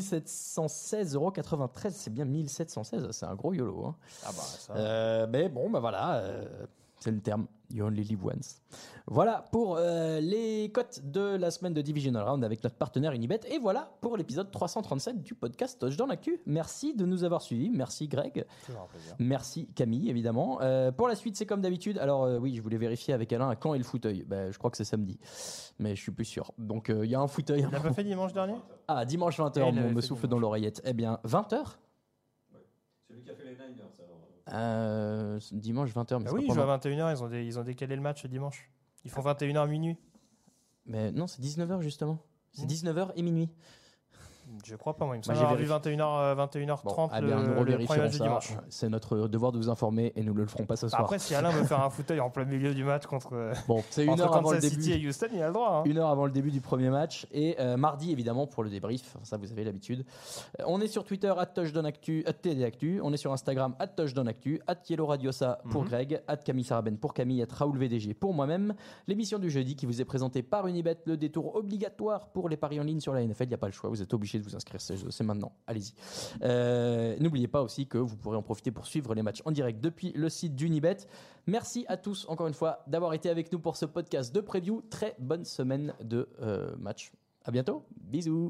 Speaker 3: 1716,93 €. C'est bien 1716, c'est un gros YOLO. Hein.
Speaker 4: Ah bah ça...
Speaker 3: mais bon, voilà, c'est le terme. You only live once. Voilà pour les cotes de la semaine de Divisional Round avec notre partenaire Unibet. Et voilà pour l'épisode 337 du podcast Touchdown Actu. Merci de nous avoir suivis. Merci Greg.
Speaker 4: Toujours un plaisir.
Speaker 3: Merci Camille, évidemment. Pour la suite, c'est comme d'habitude. Alors oui, je voulais vérifier avec Alain quand est le fauteuil. Je crois que c'est samedi. Mais je suis plus sûr. Donc il y a un fauteuil.
Speaker 4: Il n'a pas fait dimanche dernier ?
Speaker 3: Ah, dimanche 20h, me souffle dans l'oreillette. Eh bien, 20h ?
Speaker 6: Celui qui a fait les Niners, alors.
Speaker 3: Dimanche 20h. Mais
Speaker 4: oui, ils jouent à 21h, ils ont décalé le match dimanche. Ils font 21h minuit.
Speaker 3: Mais non, c'est 19h justement. C'est 19h et minuit.
Speaker 4: Je crois pas, moi. Il me semble avoir vu 21h30 le premier match du dimanche.
Speaker 3: C'est notre devoir de vous informer et nous ne le ferons pas ce soir.
Speaker 4: Après, si Alain veut faire un fauteuil en plein milieu du match contre
Speaker 3: c'est une heure avant le début.
Speaker 4: City et Houston, il a le droit.
Speaker 3: 1 heure avant le début du premier match et mardi évidemment pour le débrief. Ça, vous avez l'habitude. On est sur Twitter @touchdownactu, @tdactu. On est sur Instagram @touchdownactu, @yellowradiosa pour Greg, @Camille Saraben pour Camille, @RaoulVDG pour moi-même. L'émission du jeudi qui vous est présentée par Unibet, le détour obligatoire pour les paris en ligne sur la NFL. Il n'y a pas le choix. Vous êtes obligé de vous inscrire, c'est maintenant, allez-y. N'oubliez pas aussi que vous pourrez en profiter pour suivre les matchs en direct depuis le site d'Unibet. Merci à tous encore une fois d'avoir été avec nous pour ce podcast de preview. Très bonne semaine de match. À bientôt, bisous.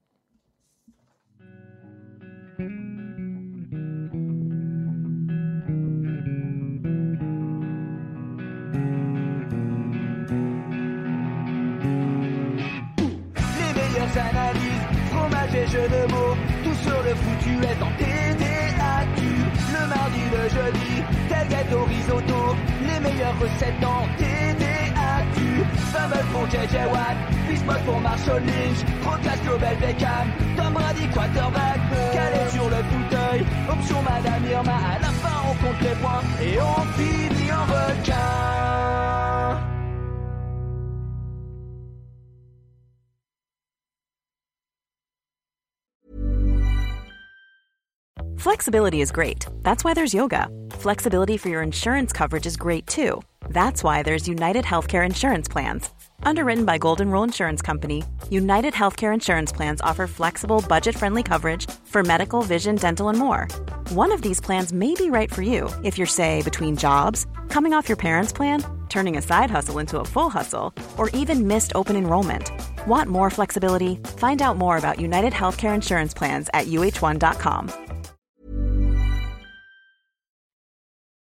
Speaker 7: Analyse, fromage et jeux de mots, tout sur le foutu est en TDAQ. Le mardi, le jeudi, tel gâteau risotto, les meilleures recettes en TDAQ. Fumble pour JJ Watt, Bismuth pour Marshall Lynch, Procast Global Beckham, Tom Brady quarterback, calé sur le fauteuil, option Madame sperme, à la fin on compte les points et on finit en requin.
Speaker 8: Flexibility is great. That's why there's yoga. Flexibility for your insurance coverage is great too. That's why there's United Healthcare Insurance Plans. Underwritten by Golden Rule Insurance Company, United Healthcare Insurance Plans offer flexible, budget-friendly coverage for medical, vision, dental, and more. One of these plans may be right for you if you're, say, between jobs, coming off your parents' plan, turning a side hustle into a full hustle, or even missed open enrollment. Want more flexibility? Find out more about United Healthcare Insurance Plans at uh1.com.